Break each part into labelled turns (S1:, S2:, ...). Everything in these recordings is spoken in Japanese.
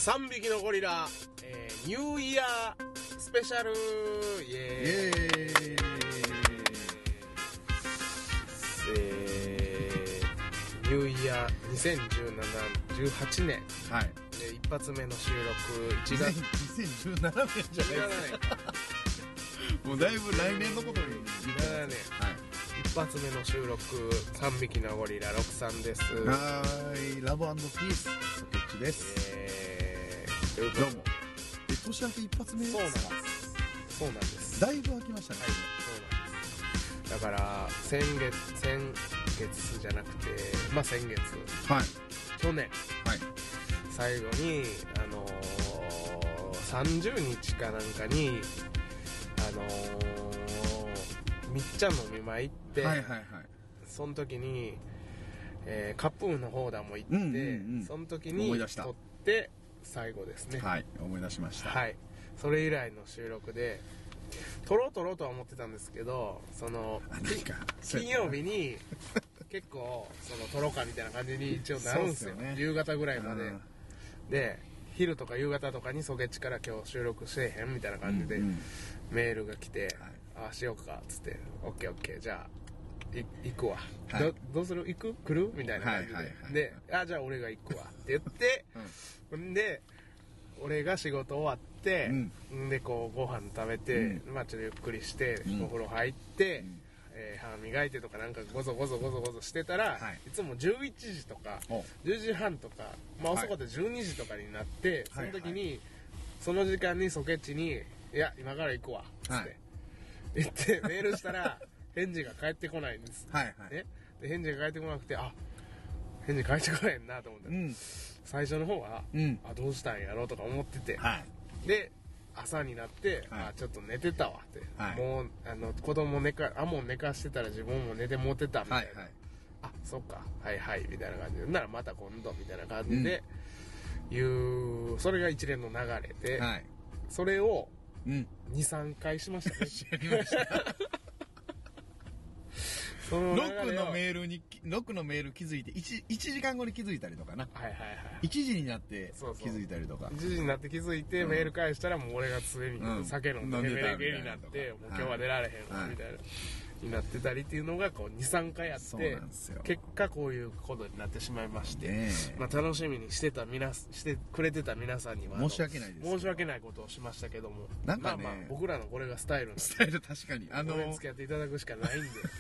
S1: 3匹のゴリラ、ニューイヤースペシャルイエーイ、ニューイヤー2018年、
S2: はい、
S1: 一発目の収録1月
S2: 2017年じゃないですかもうだいぶ来年のことに言ってます、
S1: ね、はい、一発目の収録3匹のゴリラ63です。
S2: はーい、ラブ&ピースソケッチです。どうも。年明け一発目ですか？
S1: そうなんです。
S2: だいぶ空きましたね。
S1: はい、そうなんです。だから先月じゃなくて、まあ先月、
S2: はい、
S1: 去年、
S2: はい、
S1: 最後に30日かなんかにみっちゃんのお見舞い行って、
S2: はいはいはい、
S1: その時に、カップンの方だも行って、その時に撮って最後ですね。
S2: はい、思い出しました。
S1: はい、それ以来の収録で撮ろうとは思ってたんですけど、金曜日に結構撮ろうかみたいな感じに一応なるんですよね、夕方ぐらいまでで、昼とか夕方とかにソゲッチから今日収録してへんみたいな感じでメールが来て、ああしようかっつって、オッケーじゃあ行くわ、はい、どうする、来るみたいな感じで、で、じゃあ俺が行くわって言って、で俺が仕事終わって、でこうご飯食べて、まあちょっとゆっくりして、お風呂入って、歯磨いてとかなんかゴソゴソしてたら、いつも11時とか10時半とか、まあ遅かったら12時とかになって、その時にその時間にソケッチに「いや今から行くわ」っつって言ってメールしたら返事が返ってこないんです、ね、で返事が返ってこなくて、返事返ってこないなと思って、最初の方は、どうしたんやろうとか思ってて、で朝になって、ちょっと寝てたわって、もう子供寝かしてたら自分も寝てもってたみたいな、そっか、はいみたいな感じで、ならまた今度みたいな感じでそれが一連の流れで、それを 2,3 回しましたね。
S2: ノックのメール気づいて 1時間後に気づいたりとかな、1時になって気づいたりとか、
S1: 1時になって気づいてメール返したらもう俺が常に酒飲んでヘベレケになって、もう今日は出られへんわみたいなになってたりっていうのがこう 2,3 回あって、結果こういうことになってしまいまして、まあ楽しみにしてくれてた皆さんには
S2: 申し訳ないです。
S1: 申し訳ないことをしましたけども、
S2: なんかね、
S1: まあ僕らのこれがスタイルなんで、
S2: 確かに
S1: 付き合っていただくしかないん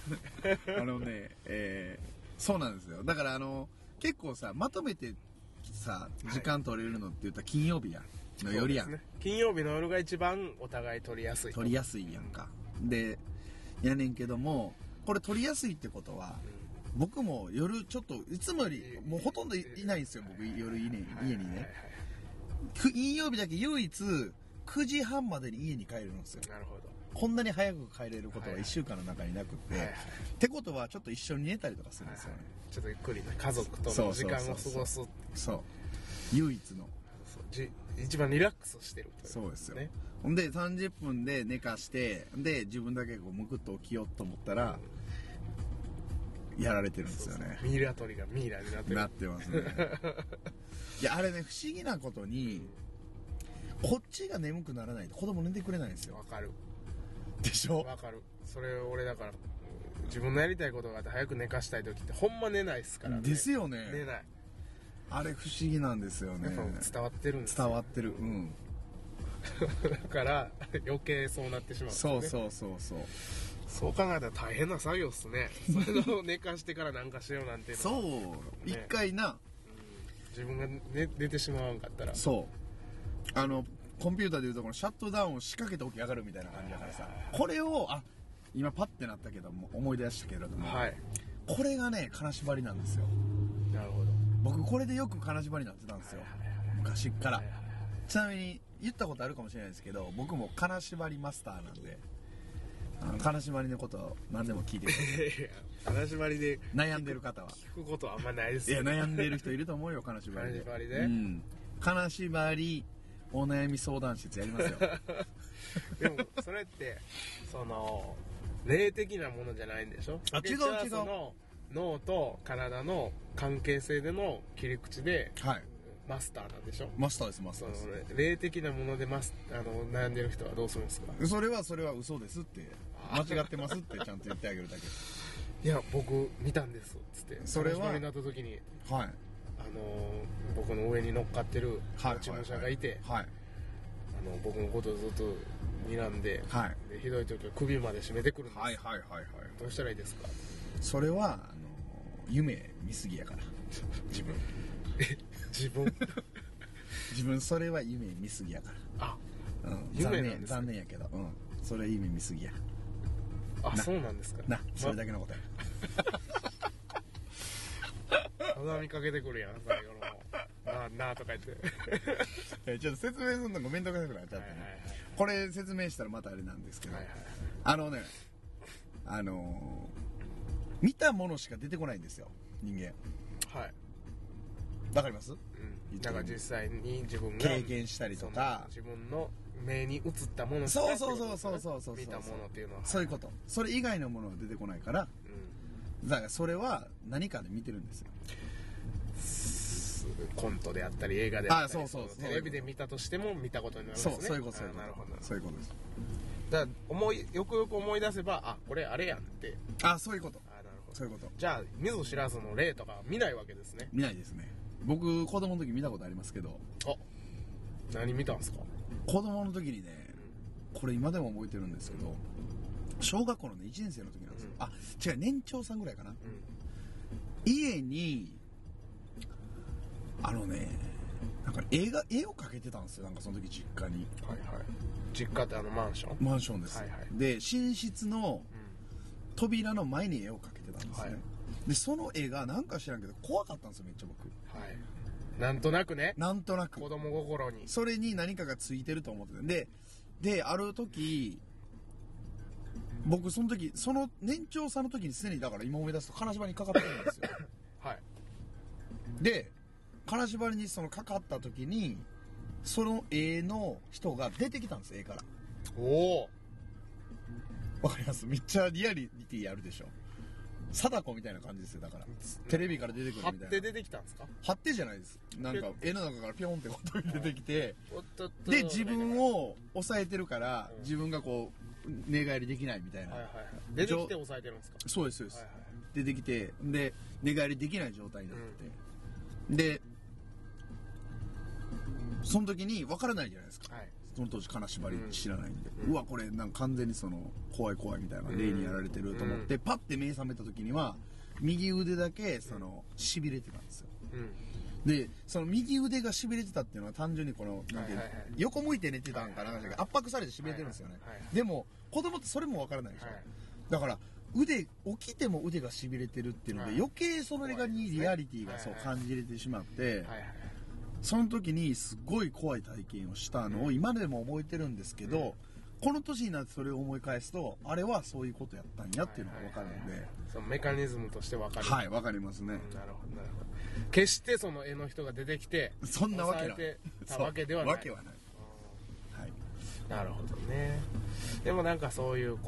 S2: でそうなんですよ。だから結構さ、まとめてさ時間取れるのって言ったら金曜日の夜やん、
S1: 金曜日の夜が一番お互い取りやすい
S2: やんか。でやねんけども、これ取りやすいってことは、僕も夜ちょっといつもよりもうほとんどいないんですよ、僕夜家にね。金曜日だけ唯一9時半までに家に帰るんですよ。
S1: なるほど。
S2: こんなに早く帰れることは1週間の中になくって、ってことはちょっと一緒に寝たりとかするんですよね。
S1: ちょっとゆっくりね、家族との時間を過ごす。
S2: そう唯一の
S1: 一番リラックスしてるという、
S2: そうですよ。ほんで30分で寝かして、で自分だけこうむくっと起きようと思ったら、やられてるんですよね。
S1: ミイラ取りがミイラになって
S2: ますね。いや、あれね、不思議なことにこっちが眠くならないと子供寝てくれないんですよ。
S1: わかる
S2: でしょ。
S1: わかる。それ俺だから自分のやりたいことがあって早く寝かしたい時ってほんま寝ないですからね。
S2: ですよね。
S1: 寝ない。
S2: あれ不思議なんですよね。
S1: 伝わってるんですよ。
S2: 伝わってる。
S1: だから余計そうなってしまうんですよね。そう考えたら大変な作業っすね。それを寝かしてからなんかしようなんていうのは。
S2: そう、一回な、
S1: 自分が寝てしまわんかったら。
S2: そうコンピューターでいうとこのシャットダウンを仕掛けて起き上がるみたいな感じだからさ、これを今パッてなったけども思い出したけれども、これがね金縛りなんですよ。
S1: なるほど。
S2: 僕これでよく金縛りになってたんですよ、昔っから。ちなみに言ったことあるかもしれないですけど、僕も金縛りマスターなんで、金縛りのことを何でも聞いてください。
S1: 金縛りで
S2: 悩んでる方は
S1: 聞くことはあんまないですよ。
S2: いや、悩んでる人いると思うよ。金縛りで。金縛りお悩み相談室やりますよ。
S1: でもそれって霊的なものじゃないんでしょ。
S2: 違う。
S1: 脳と体の関係性での切り口で、 マスターなんでしょ。
S2: マスターです、マスターです。
S1: 霊的なもので悩んでる人はどうするんですか？
S2: それは嘘ですって、間違ってますってちゃんと言ってあげるだけ。
S1: いや、僕見たんですっつって、
S2: それは
S1: 金縛りになった時に、
S2: はい、
S1: 僕の上に乗っかってる持ち武者がいて、
S2: はい、
S1: 僕のことをずっと睨んで、
S2: はい、
S1: でひどい時は首まで締めてくるんです。
S2: はいはいはいはい。
S1: どうしたらいいですか？
S2: それは夢見すぎやから自分自分それは夢見すぎやから。
S1: あ、夢なんですね。
S2: 残念やけど、それは夢見すぎや。
S1: あ、そうなんですか。
S2: それだけのことや。
S1: 肌見かけてくるやん、最後のなあとか言って
S2: ちょっと説明するのが面倒くさくなっちゃってね、これ説明したらまたあれなんですけど、見たものしか出てこないんですよ、人間。はい。わかります？
S1: だから実際に自分が
S2: 経験したりとか、
S1: 自分の目に映ったものしか
S2: そう
S1: 見たものっていうのは、
S2: そういうこと。それ以外のものは出てこないから、だからそれは何かで見てるんですよ。
S1: コントであったり映画であったり、テレビで見たとしても見たことになるんですね。
S2: そういうこと。
S1: なるほど。
S2: そういうことです。
S1: だからよくよく思い出せば、これあれやんって。
S2: そういうこと。
S1: なるほど。
S2: そういうこと。
S1: じゃあ見ず知らずの霊とか見ないわけですね。
S2: 見ないですね。僕子供の時見たことありますけど。
S1: 何見たんですか？
S2: 子供の時にね、これ今でも覚えてるんですけど、小学校のね1年生の時なんですよ。違う、年長さんぐらいかな。家になんか絵を描けてたんですよ。なんかその時実家に。
S1: はいはい。実家ってマンション？
S2: マンションです。はいはい。で、寝室の扉の前に絵を描けてたんですね。はい、で、その絵がなんか知らんけど怖かったんですよ、めっちゃ僕。
S1: はい。なんとなくね。
S2: なんとなく。
S1: 子供心に。
S2: それに何かがついてると思ってて。で、ある時、僕その時、その年長さんの時にすでにだから今思い出すと金縛りにかかってるんですよ。はい。で、金縛りにかかった時に、その絵の人が出てきたんです、絵から。わかります？めっちゃリアリティあるでしょ。貞子みたいな感じですよ。だからテレビから出てくるみたいな。
S1: 貼って出てきたんですか？
S2: 貼ってじゃないです。なんか絵の中からピョンってことに出てきて、で自分を抑えてるから自分がこう寝返りできないみたいな。
S1: 出てきて抑えてるんですか？
S2: そうですそうです。出てきて、で寝返りできない状態になって、でその時に分からないじゃないですか。その当時金縛り知らないんで、うわこれなんか完全に怖いみたいな霊にやられてると思って、パッて目覚めた時には右腕だけしびれてたんですよ。でその右腕がしびれてたっていうのは単純になんていう横向いて寝てたんかな、圧迫されてしびれてるんですよね。でも子供ってそれも分からないでしょ。だから起きても腕がしびれてるっていうので余計それにリアリティが感じれてしまって、その時にすごい怖い体験をしたのを今でも覚えてるんですけど、この年になってそれを思い返すと、あれはそういうことやったんやっていうのが分かるので、
S1: そのメカニズムとして分かる。
S2: はい、分かりますね。
S1: なるほどなるほど。決してその絵の人が出てきて
S2: そんなわけ
S1: たわけではない。
S2: わけはない。
S1: はい。なるほどね。でもなんかそういう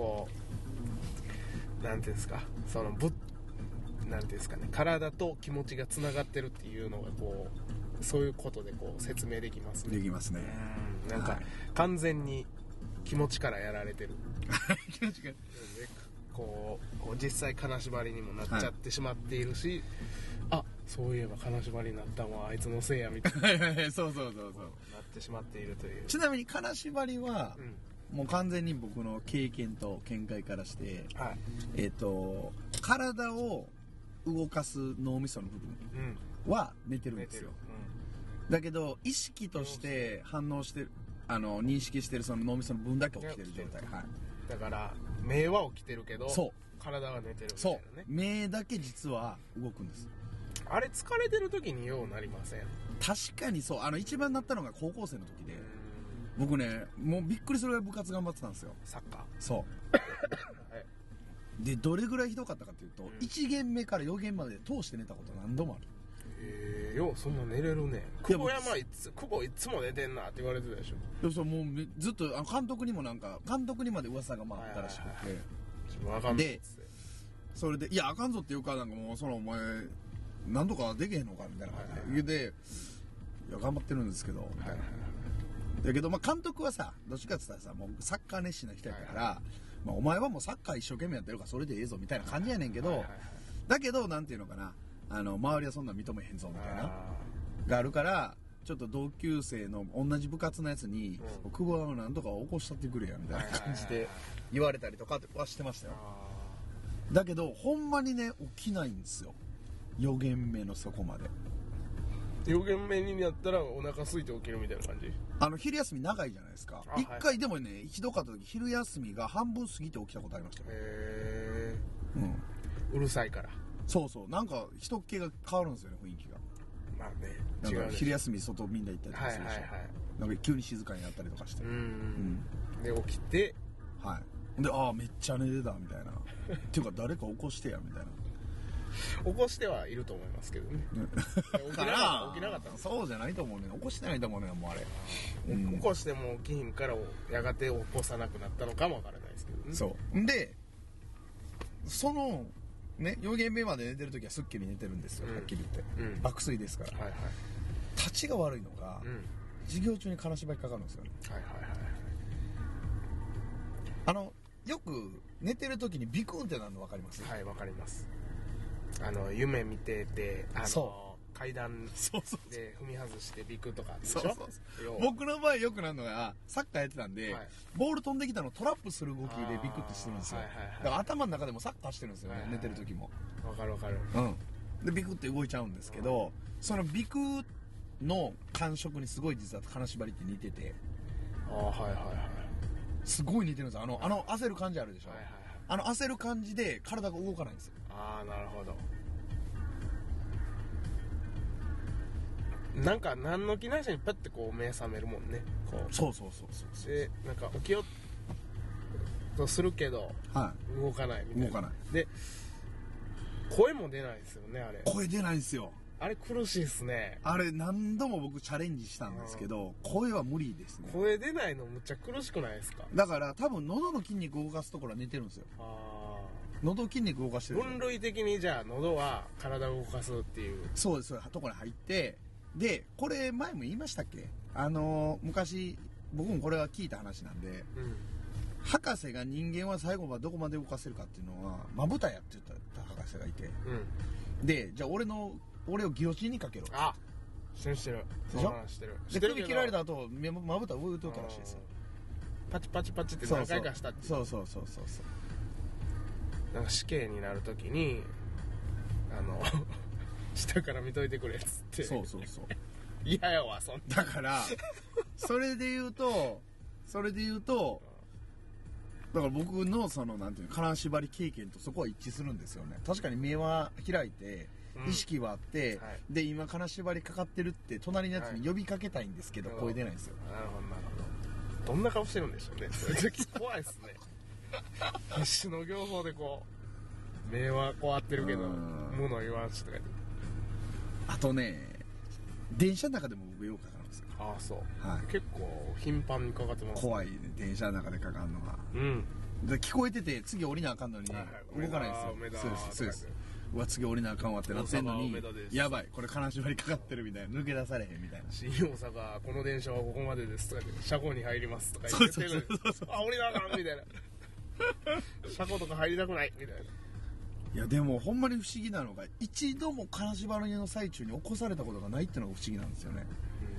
S1: なんていうんですか、なんていうんですかね、体と気持ちがつながってるっていうのがそういうことで説明できますね。
S2: できますね。
S1: なんか完全に気持ちからやられてる。
S2: 気持ちから。
S1: 実際金縛りにもなっちゃってしまっているし、そういえば金縛りになったのはあいつのせいやみたいな。
S2: そうな
S1: ってしまっているという。
S2: ちなみに金縛りは、もう完全に僕の経験と見解からして、体を動かす脳みその部分は寝てるんですよ。だけど意識として反応してる、認識してるその脳みその部分だけ起きてる状態。
S1: だから目は起きてるけど体は寝てるみたいなね。
S2: 目だけ実は動くんです。
S1: あれ疲れてる時にようなりません？
S2: 確かにそう。一番なったのが高校生の時で、僕ねもうびっくりするぐらい部活頑張ってたんですよ。
S1: サッカー。
S2: そうでどれぐらいひどかったかっていうと、1限目から4限まで通して寝たこと何度もある。
S1: ようそんな寝れるね。久保いつも寝てんなって言われてたでしょ。
S2: そうもうずっと監督にまで噂が回ったらしくて、
S1: あかん
S2: でそれでいやあかんぞっていうか、なんかもうお前何とかできへんのかみたいな感じで、 いや頑張ってるんですけどみたいな、だけどまあ監督はさどっちかって言ったらさもうサッカー熱心な人やから、まあ、お前はもうサッカー一生懸命やってるからそれでええぞみたいな感じやねんけど、だけどなんていうのかな周りはそんな認めへんぞみたいながあるからちょっと同級生の同じ部活のやつに久保はなんとか起こしたってくれやみたいな感じで言われたりとかはしてましたよ。だけどほんまにね起きないんですよ4限目のそこまで。
S1: 4限目になったらお腹空いて起きるみたいな感じ。
S2: 昼休み長いじゃないですか。一回でもねひどかった時昼休みが半分過ぎて起きたことありましたよ。
S1: うるさいから。
S2: そうそうなんか人っ気が変わるんですよね雰囲気が。まあねなんか昼休み外みんな行ったりとかするでしょ、なんか急に静かになったりとかして
S1: で起きて
S2: でめっちゃ寝てたみたいなっていうか誰か起こしてやみたいな
S1: 起こしてはいると思いますけどね起きなかった。
S2: そうじゃないと思うね。起こしてないと思うねもうあれ、
S1: 起こしても起きひんからやがて起こさなくなったのかもわからないですけどね。
S2: そうでそのね4限目まで寝てる時はすっきり寝てるんですよ、はっきり言って、爆睡ですから、立ちが悪いのが、授業中に金縛りかかるんですよね。よく寝てる時にビクンってなるの分かります？
S1: はい分かります。夢見てて階段で踏み外してビクとかでしょ。そう
S2: 僕の場合よくなるのがサッカーやってたんで、ボール飛んできたのをトラップする動きでビクってしてるんですよ。だから頭の中でもサッカーしてるんですよね、寝てる時も。
S1: わかる
S2: でビクって動いちゃうんですけど、そのビクの感触にすごい実は金縛りって似てて、すごい似てるんですよ。焦る感じあるでしょ。焦る感じで体が動かないんですよ。
S1: なるほど。なんか何の気なしにパッてこう目覚めるもんね。
S2: そう
S1: でなんか起きようとするけど、動かないみたいな。動かないで声も出ないですよね。あれ
S2: 声出ないんですよ。
S1: あれ苦しいですね。
S2: あれ何度も僕チャレンジしたんですけど、声は無理ですね。
S1: 声出ないのむっちゃ苦しくないですか？
S2: だから多分喉の筋肉を動かすところは寝てるんですよ。喉筋肉動かしてる。
S1: 分類的にじゃあ喉は体を動かすっていう。
S2: そうです。ところに入ってでこれ前も言いましたっけ？昔僕もこれは聞いた話なんで、博士が人間は最後はどこまで動かせるかっていうのはまぶたやって言った博士がいて、でじゃあ俺をギロチンにかけろ。
S1: してる
S2: でしょ。で首切られた後まぶた動いとったらしいですよ。
S1: パチパチパチって何回かしたって。
S2: そう
S1: なんか死刑になるときに下から見といてくれっつって。そう嫌やわそんな。
S2: だからそれで言うとだから僕のそのなんていうの金縛り経験とそこは一致するんですよね。確かに目は開いて意識はあって、で今金縛りかかってるって隣のやつに呼びかけたいんですけど、声出ないんですよ。
S1: なるほど。どんな顔してるんでしょうね。怖いですね。必死の形相でこう目はこう合ってるけど物言わんしとか言って。あ
S2: とね電車の中でも僕よくかかるんですよ。
S1: そう、結構頻繁にかかってます。
S2: 怖いね電車の中でかかるのが。で聞こえてて次降りなあかんのに動かないんですよ。そうです。うわ次降りなあかんわってなってんのにやばいこれ金縛りかかってるみたいな抜け出されへんみたいな。
S1: 新大阪この電車はここまでですとか車庫に入りますとか言ってるのに降りなあかんみたいな。車庫とか入りたくないみたいな。
S2: いやでもほんまに不思議なのが一度も金縛りの最中に起こされたことがないっていうのが不思議なんですよね。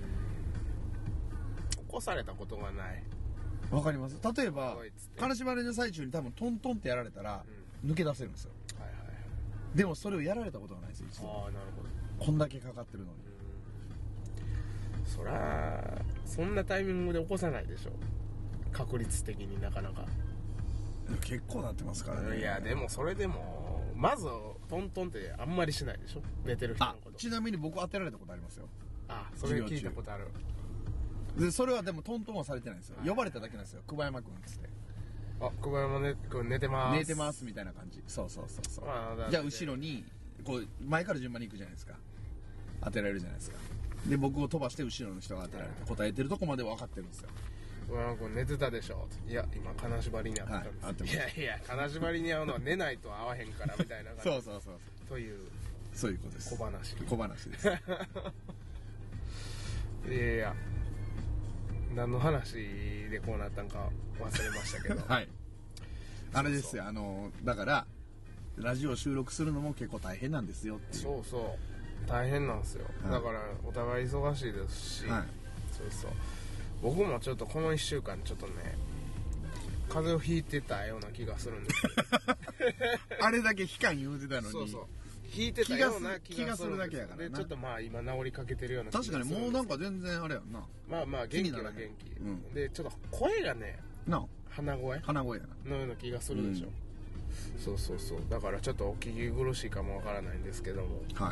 S1: 起こされたことがない。
S2: わかります。例えば金縛りの最中に多分トントンってやられたら抜け出せるんですよ。でもそれをやられたことがないですよ一度。
S1: なるほ
S2: ど。こんだけかかってるのに。
S1: そらそんなタイミングで起こさないでしょ確率的になかなか。
S2: 結構なってますからね。
S1: いやでもそれでもまずトントンってあんまりしないでしょ寝てる人のこと。
S2: ちなみに僕当てられたことありますよ。
S1: それ聞いたことある。
S2: でそれはでもトントンはされてないんですよ。呼ばれただけなんですよ。久保山君っつって。
S1: 久保山君寝てます
S2: みたいな感じ。そう、じゃあ後ろにこう前から順番に行くじゃないですか。当てられるじゃないですか。で僕を飛ばして後ろの人が当てられて答えてるとこまで分かってるんですよ。
S1: 寝てたでしょ。いや今金縛りに遭ったんです。いや金縛りに遭うのは寝ないと合わへんからみたいな感じ。そういう
S2: そういうことです。
S1: 小話
S2: です。
S1: いやいや、何の話でこうなったんか忘れましたけど
S2: はい、あれですよ、だからラジオ収録するのも結構大変なんですよっていう。
S1: そうそう大変なんですよ、はい、だからお互い忙しいですし、はい、そう僕もちょっとこの1週間ちょっとね風邪をひいてたような気がするんですよ
S2: あれだけ期間言うてたのに
S1: そう引いてたような
S2: 気がするだけやからな。
S1: でちょっとまあ今治りかけてるような気がするんです。
S2: 確かにもうなんか全然あれやんな。
S1: まあ元気は元気、うん、でちょっと声がね鼻声やなのような気がするでしょ、うん、そうだからちょっとお聞き苦しいかもわからないんですけども、
S2: はい、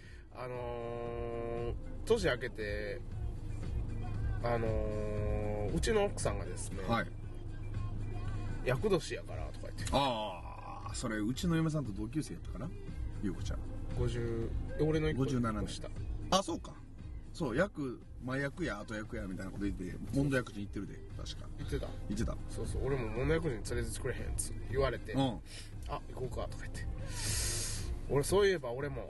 S1: 年明けてうちの奥さんがですね、
S2: はい、
S1: 厄年やからとか言って、
S2: ああそれうちの嫁さんと同級生やったかな、ゆうこちゃん
S1: 俺の1個
S2: 57年
S1: 下。
S2: あ、そうか、そう前役や後役やみたいなこと言って問題役人行ってるで、確か
S1: 言ってたそう俺も問題役人連れてってくれへんっつ言われて、うん、あ行こうかとか言って、俺そういえば俺も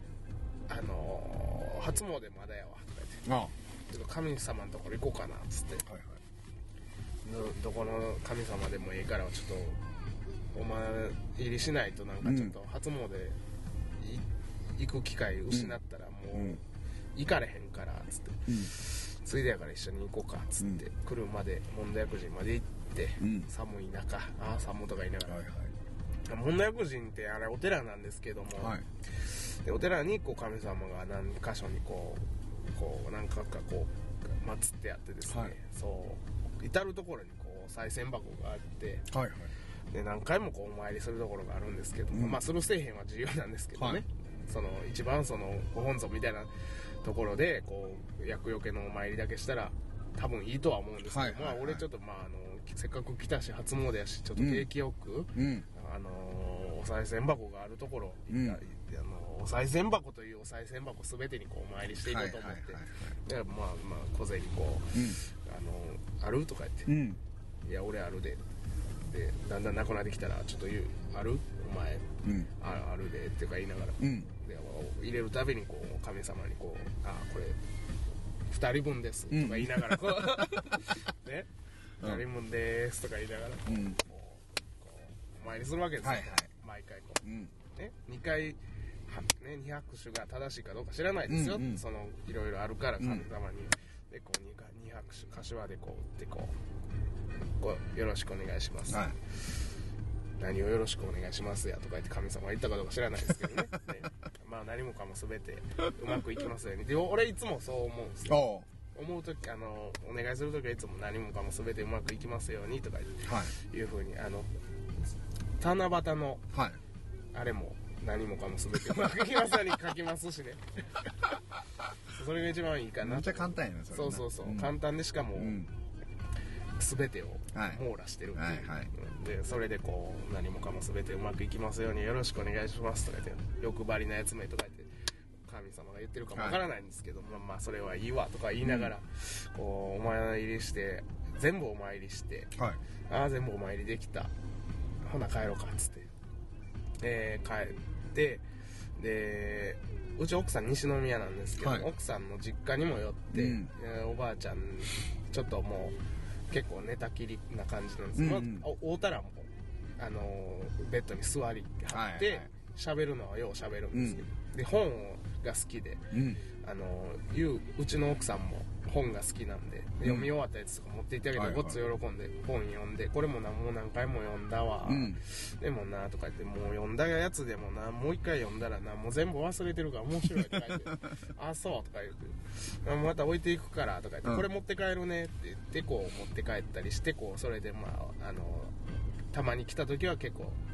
S1: 初詣まだやわとか言って、ちょっと神様のところ行こうかなっつって、はいはい、どこの神様でもいいからちょっとお前入りしないとなんかちょっと初詣行く機会失ったらもう行かれへんからっつって、ついでやから一緒に行こうかっつって、車で問題薬人まで行って、寒い中寒いとか言いながら、はいはい、問題薬人ってあれお寺なんですけども、はい、でお寺にこう神様が何箇所にこう何かこう祀ってあってですね、はい、そう至る所にこう賽銭箱があって、はいはい、で何回もこうお参りするところがあるんですけども、まあするせえへんは自由なんですけどね、はい、一番ご本尊みたいなところでこう厄除けのお参りだけしたら多分いいとは思うんですけど、はいはいはい、俺ちょっとせっかく来たし初詣やしちょっと景気よく、お賽銭箱があるところ、お賽銭箱というお賽銭箱全てにこうお参りしていこうと思って、でまあ小銭こう、あるとか言って、いや俺あるでだんだんなくなってきたらちょっとあるお前、あるでってか言いながら、で入れるたびにこう神様にこうこれ2人分ですとか言いながらこうね2人分ですとか言いながらこうお参りするわけですよ、はいはい、毎回こう、ね、2回ね2拍手が正しいかどうか知らないですよ、いろいろあるから神様に、でこう2拍手柏でこう打ってこうよろしくお願いします、はい、何をよろしくお願いしますやとか言って神様が言ったかどうか知らないですけどねまあ何もかも全てうまくいきますようにで俺いつもそう思うんですよ。思うときお願いするときはいつも何もかも全てうまくいきますようにとかいうふうに七夕の、はい、あれも何もかも全てうまくいきますように書きますしねそれが一番いいかな。
S2: めっちゃ簡単やなそれな。
S1: そう、簡単でしかも、全てを網羅してるっていう、はいはいはい、でそれでこう何もかも全てうまくいきますようによろしくお願いしますとか言って欲張りなやつめとか言って神様が言ってるかもわからないんですけど、はい、まあそれはいいわとか言いながら、こうお参りして全部お参りして、はい、全部お参りできたほな帰ろうかっつって、帰ってでうち奥さん西宮なんですけど、はい、奥さんの実家にも寄って、おばあちゃんちょっともう結構寝たきりな感じなんですけど、大田らもベッドに座りはって喋るのはよう喋るんですけど、で本が好きで、うちの奥さんも本が好きなんで、読み終わったやつとか持って行ってあげてごっつ喜んで本読んで、これももう何回も読んだわ、でもなとか言って、もう読んだやつでもなもう一回読んだらなもう全部忘れてるから面白いとか言ってあそうとか言ってまた置いていくからとか言って、これ持って帰るねって言ってこう持って帰ったりして、こうそれでたまに来た時は結構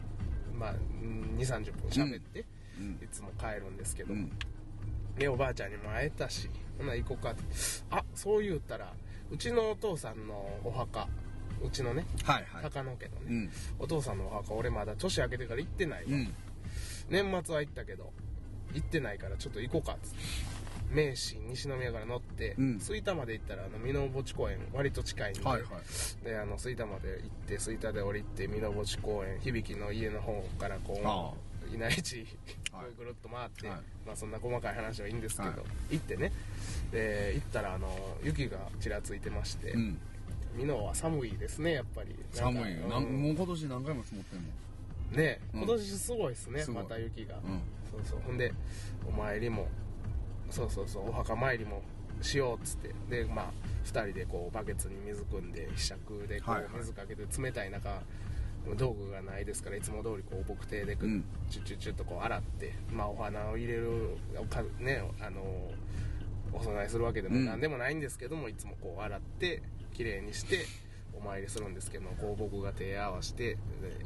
S1: 2、30分喋って、いつも帰るんですけど、でおばあちゃんにも会えたし、ほな行こうかって。そう言ったらうちのお父さんのお墓、うちのね、高野家のね、お父さんのお墓俺まだ年明けてから行ってないわ、年末は行ったけど行ってないからちょっと行こうかっつって名神西宮から乗って、吹田まで行ったら美濃墓地公園割と近いんで、で吹田まで行って吹田で降りて美濃墓地公園響の家の方からこう稲市ぐるっと回って、
S2: はい
S1: まあそんな細かい話はいいんですけど、
S2: はい
S1: 行ってね、で行ったら雪がちらついてまして、美濃は寒いですねやっぱり。
S2: 寒いよ、もう今年何回も積もってんもん
S1: ね、今年すごいですね、また雪が、そうそう、ほんでお参りもお墓参りもしようっつって、でまあ2人でこうバケツに水汲んでひしゃくでこう水かけて、冷たい中道具がないですからいつも通りこう牧庭でチュチュチュッとこう洗って、まあお花を入れるね、お供えするわけでも何でもないんですけども、いつもこう洗ってきれいにしてお参りするんですけども、こう僕が手合わせて、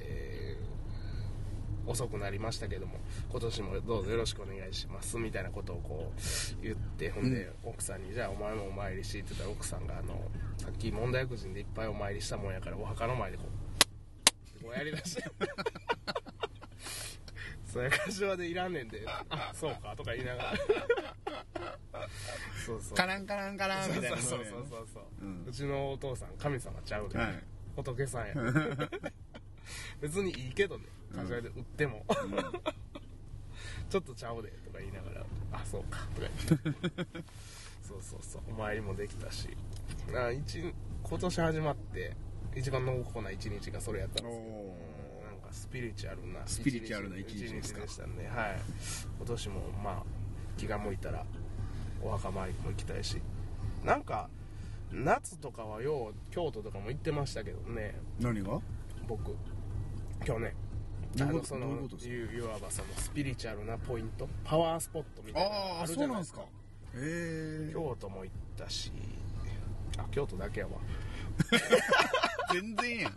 S1: 遅くなりましたけども今年もどうぞよろしくお願いしますみたいなことをこう言って、ほんで奥さんにじゃあお前もお参りしって言ったら、奥さんがさっき問題薬人でいっぱいお参りしたもんやからお墓の前でこうやりだしてそれ柏でいらんねんで、あそうかとか言いながらそうそう
S2: カランカランカランみたいな。
S1: そう、うちのお父さん神様ちゃうね、仏さんや別にいいけどね、柏で売っても、ちょっとちゃうでとか言いながら、あそうかとか言ってそうお参りもできたし、今年始まって一番濃厚な一日がそれやったんですけど、なんかスピリチュアルな一日でしたね。はい、今年もまあ気が向いたらお墓参りも行きたいし、なんか夏とかはよう京都とかも行ってましたけどね。
S2: 何が？
S1: 僕今日ね、
S2: どういうことですか？
S1: いわばそのスピリチュアルなポイント、パワースポットみたいなのあるじゃないですか。京都も行ったし、京都だけやわ
S2: 全然やん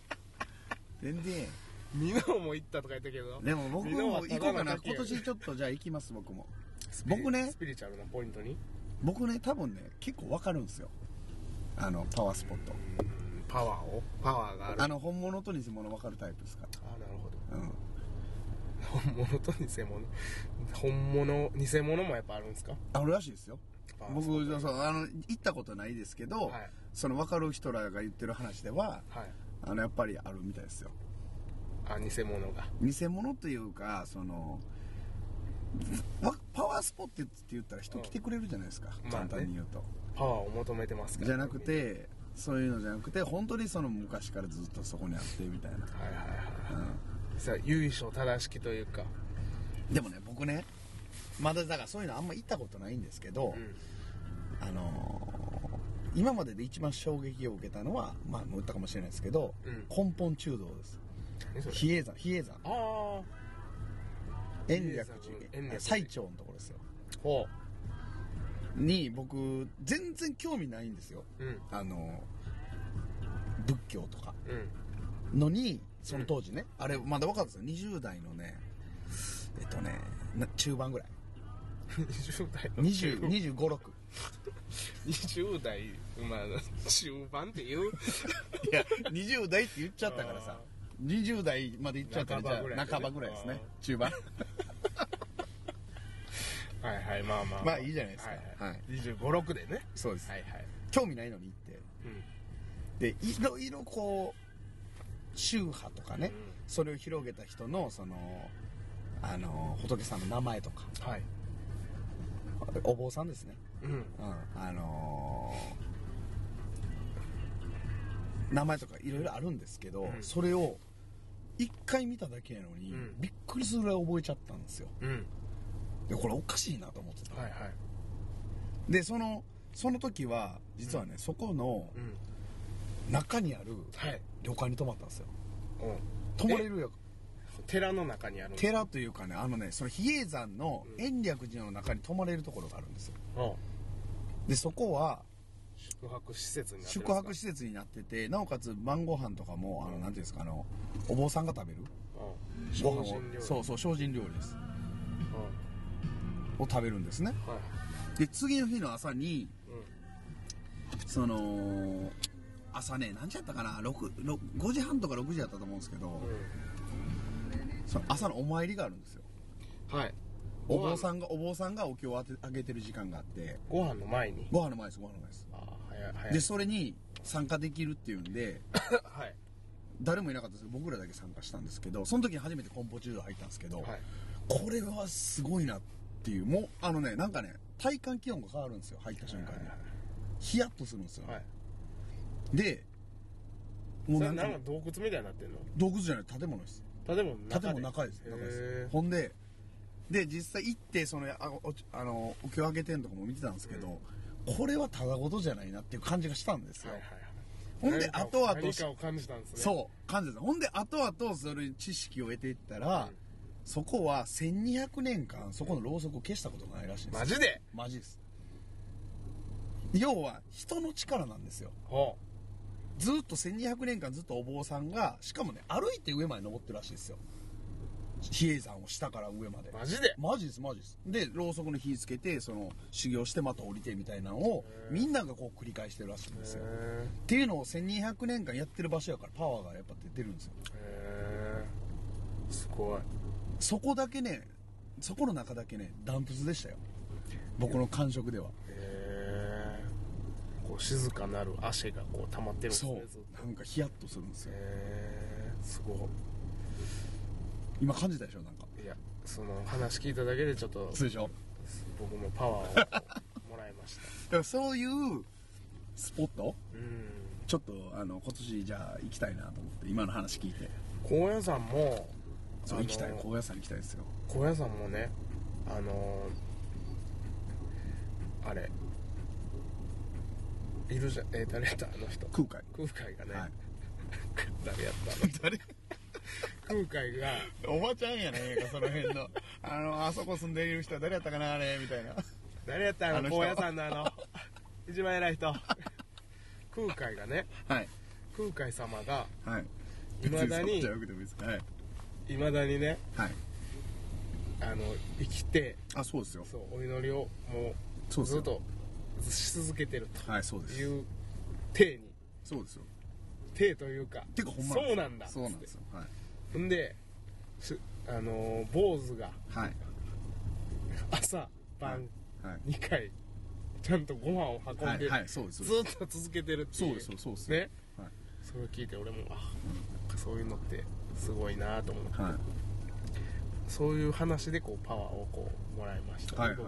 S1: 美濃も行ったとか言ったけど、
S2: でも僕も行こうかな、今年ちょっとじゃあ行きます。僕も
S1: スピリチュアルなポイントに
S2: 僕ね多分ね結構わかるんですよ、パワースポット。
S1: パワーがある。
S2: 本物と偽物分かるタイプですか？
S1: なるほど、本物と偽物偽物もやっぱあるんですか？
S2: あるらしいですよ。僕行ったことないですけど、その分かる人らが言ってる話では、やっぱりあるみたいですよ。
S1: 偽物が
S2: 偽物というか、パワースポットって言ったら人来てくれるじゃないですか、簡単に言うと。
S1: パワーを求めてますから、
S2: じゃなくて、そういうのじゃなくて、本当に昔からずっとそこにあってみたいな。
S1: 由緒正しきというか。
S2: でもね、僕ねまだだからそういうのあんま行ったことないんですけど、今までで一番衝撃を受けたのは、もう言ったかもしれないですけど、根本中道です。比叡山延暦寺最長のところですよ。に僕全然興味ないんですよ、仏教とかのに、その当時ね、あれまだ若かったですよ、20代のね中盤ぐらい
S1: 20代の
S2: 25、6
S1: 20代、中盤って言うい
S2: や20代って言っちゃったからさ、20代まで言っちゃったら、じゃあ半ばぐらいですね、中盤まあいいじゃないですか。
S1: 25、6でね。
S2: そうです。興味ないのに行って、でいろいろこう宗派とかね、それを広げた人の仏さんの名前とか、お坊さんですね、名前とかいろいろあるんですけど、それを一回見ただけやのに、びっくりするぐらい覚えちゃったんですよ。でこれおかしいなと思ってた。でその時は実はね、そこの中にある旅館に泊まったんですよ。泊まれるよ。
S1: 寺の中にあるんですか？
S2: 寺というかね、その比叡山の延暦寺の中に泊まれるところがあるんですよ。でそこは
S1: 宿泊施設
S2: になってて、なおかつ晩ご飯とかもなんていうんですか、お坊さんが食べるご飯を、そう精進料理です、を食べるんですね。で次の日の朝に、朝ね、何時やったかな、5時半とか6時やったと思うんですけど、その朝のお参りがあるんですよ。お坊さんがお経をあげてる時間があって、
S1: ご飯の前に。
S2: ご飯の前です。でそれに参加できるっていうんで誰もいなかったですけど僕らだけ参加したんですけど、その時に初めてコンポ中道入ったんですけど、
S1: はい、
S2: これはすごいなっていう、もうなんかね体感気温が変わるんですよ、入った瞬間に、ヒヤッとするんですよ、はい、で
S1: もうなんか洞窟みたいになってんの？
S2: 洞窟じゃない、建物です。
S1: 建物
S2: 中です。ほんで実際行ってそのお経上げてんとかも見てたんですけど、これはただごとじゃないなっていう感じがしたんですよ。ほんで後々
S1: 何かを感じたんですね。
S2: そう感じた。ほんで後々それ知識を得ていったら、そこは1200年間そこのろうそくを消したことがないらしいんです。
S1: マジで？
S2: マジです。要は人の力なんですよ。ずっと1200年間ずっとお坊さんが、しかもね歩いて上まで登ってるらしいですよ、比叡山を下から上まで。
S1: マジで？
S2: マジですマジです。でろうそくの火つけてその修行してまた降りてみたいなのをみんながこう繰り返してるらしいんですよ。っていうのを1200年間やってる場所やからパワーがやっぱ出てるんですよ。
S1: すごい。
S2: そこだけね、そこの中だけねダントツでしたよ、僕の感触では。
S1: こう静かなる汗がこう溜まってるんですね。
S2: そうなんかヒヤッとするんですよ。
S1: すごい。
S2: 今感じたでしょ？なんか
S1: いや、その話聞いただけでちょっと
S2: そうでしょ、
S1: 僕もパワーをもらいました。
S2: だからそういうスポット、ちょっと今年じゃあ行きたいなと思って今の話聞いて。
S1: 高野山も
S2: そう行きたい、高野山行きたいですよ。
S1: 高野山もね、あれいるじゃん、誰やったあの人、
S2: 空海
S1: がね、はい、誰やった
S2: 誰
S1: 空海が
S2: おばちゃんやねんか、その辺のあそこ住んでいる人は誰やったかなあれみたいな。
S1: 誰やった高野山の一番偉い人空海がね、はい、空海様がいまだにね、はい、生きて、
S2: あ、そうですよ、
S1: そうお祈りをもうずっとし続けてるという体に、
S2: そうですよ、
S1: 体というか、
S2: てかほんま
S1: そうなんだ、
S2: そうなんですよ、はい、
S1: ほんで坊主が、はい、朝晩、はい、2回ちゃんとご飯を運んで、はいはい、そうです、ずっと続けてるっていう、そうですね、はい、それを聞いて俺もそういうのってすごいなと思って、はい、そういう話でこうパワーをこうもらいました、はいはい、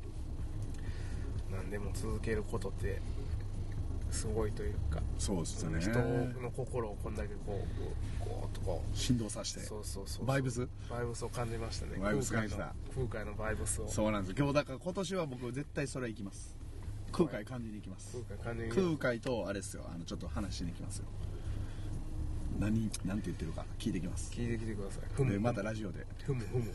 S1: 何でも続けることってすごいというか、
S2: そうですね、
S1: 人の心をこんだけこうとこう
S2: 振動させて、そうバイブス
S1: を感じましたね。
S2: バイブス感じた、
S1: 空海のバイブスを。そうなんです。
S2: 今日だから今年は僕絶対それ行きます。空海感じに行きます。空海とあれですよ、ちょっと話しに行きますよ。なんて言ってるか聞いてきます。
S1: 聞いてきてください。
S2: でまたラジオで
S1: ふむって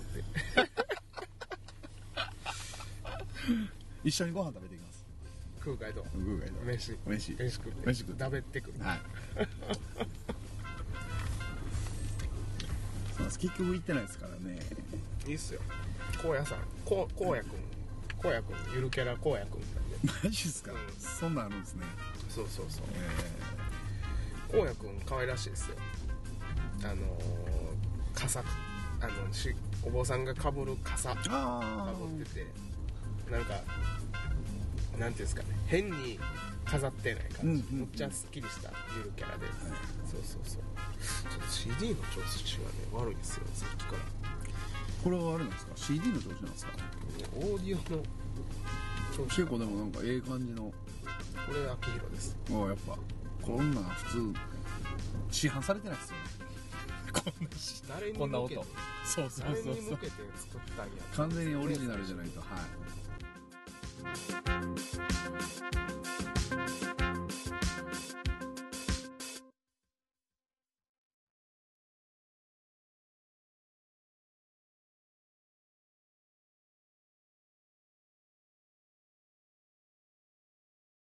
S2: 一緒にご飯食べていきます。
S1: 空海と飯食って食べてくる。はい。
S2: そうです。結局行ってないですからね。
S1: いいっすよ。荒野さん、荒野くんゆるキャラ荒野くん
S2: マジっすか、そんなんあるんですね。
S1: そう荒野くん可愛らしいですよ。傘お坊さんがかぶる傘かぶってて、なんかなんていうんですかね、変に飾ってない感じ、むっちゃすっきりしたゆるキャラで、そうちょっと CD の調子がね悪いですよ、さっきから。
S2: これはあれなんですか、 CD の調子なんですか。
S1: オーディオの調子、
S2: 結構でもなんかええ感じの。こ
S1: れは秋広です。
S2: やっぱこんなん普通市販されてないですよね。こんな音。そう
S1: 誰に向けて作ったんや。
S2: 完全にオリジナルじゃないと。はい。